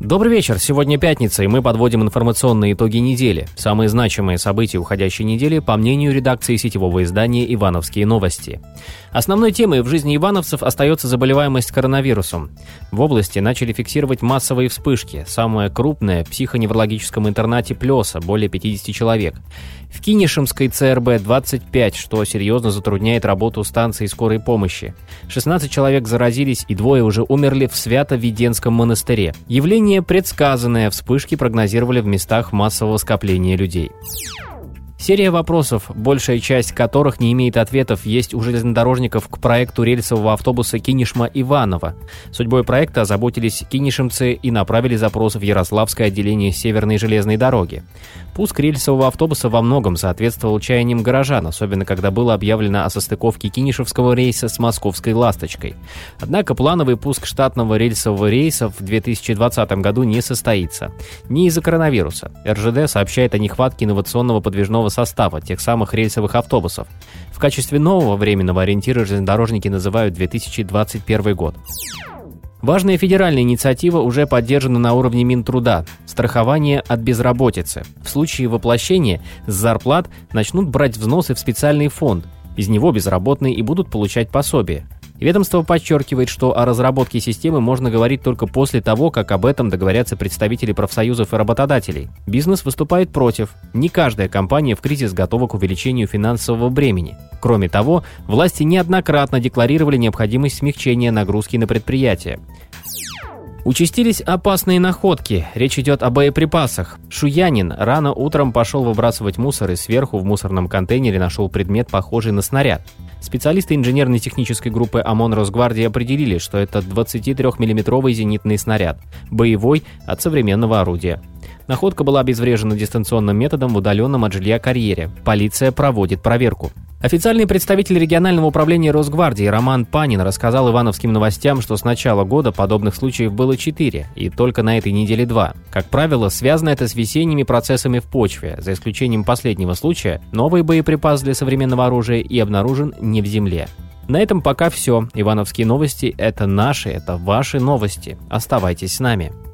Добрый вечер. Сегодня пятница, и мы подводим информационные итоги недели. Самые значимые события уходящей недели, по мнению редакции сетевого издания «Ивановские новости». Основной темой в жизни ивановцев остается заболеваемость коронавирусом. В области начали фиксировать массовые вспышки. Самая крупная – в психоневрологическом интернате Плеса, более 50 человек. В Кинешемской ЦРБ 25, что серьезно затрудняет работу станции скорой помощи. 16 человек заразились, и 2 уже умерли в Свято-Веденском монастыре. Явление предсказанное, вспышки прогнозировали в местах массового скопления людей. Серия вопросов, большая часть которых не имеет ответов, есть у железнодорожников к проекту рельсового автобуса Кинешма-Иваново. Судьбой проекта озаботились кинешемцы и направили запрос в Ярославское отделение Северной железной дороги. Пуск рельсового автобуса во многом соответствовал чаяниям горожан, особенно когда было объявлено о состыковке кинешевского рейса с московской «Ласточкой». Однако плановый пуск штатного рельсового рейса в 2020 году не состоится. Не из-за коронавируса. РЖД сообщает о нехватке инновационного подвижного состава, тех самых рельсовых автобусов. В качестве нового временного ориентира железнодорожники называют 2021 год. Важная федеральная инициатива уже поддержана на уровне Минтруда – страхование от безработицы. В случае воплощения с зарплат начнут брать взносы в специальный фонд. Из него безработные и будут получать пособие. Ведомство подчеркивает, что о разработке системы можно говорить только после того, как об этом договорятся представители профсоюзов и работодателей. Бизнес выступает против. Не каждая компания в кризис готова к увеличению финансового бремени. Кроме того, власти неоднократно декларировали необходимость смягчения нагрузки на предприятия. Участились опасные находки. Речь идет о боеприпасах. Шуянин рано утром пошел выбрасывать мусор и сверху в мусорном контейнере нашел предмет, похожий на снаряд. Специалисты инженерно-технической группы ОМОН Росгвардии определили, что это 23-миллиметровый зенитный снаряд, боевой от современного орудия. Находка была обезврежена дистанционным методом в удаленном от жилья карьере. Полиция проводит проверку. Официальный представитель регионального управления Росгвардии Роман Панин рассказал ивановским новостям, что с начала года подобных случаев было 4, и только на этой неделе 2. Как правило, связано это с весенними процессами в почве. За исключением последнего случая, новый боеприпас для современного оружия и обнаружен не в земле. На этом пока все. Ивановские новости – это наши, это ваши новости. Оставайтесь с нами.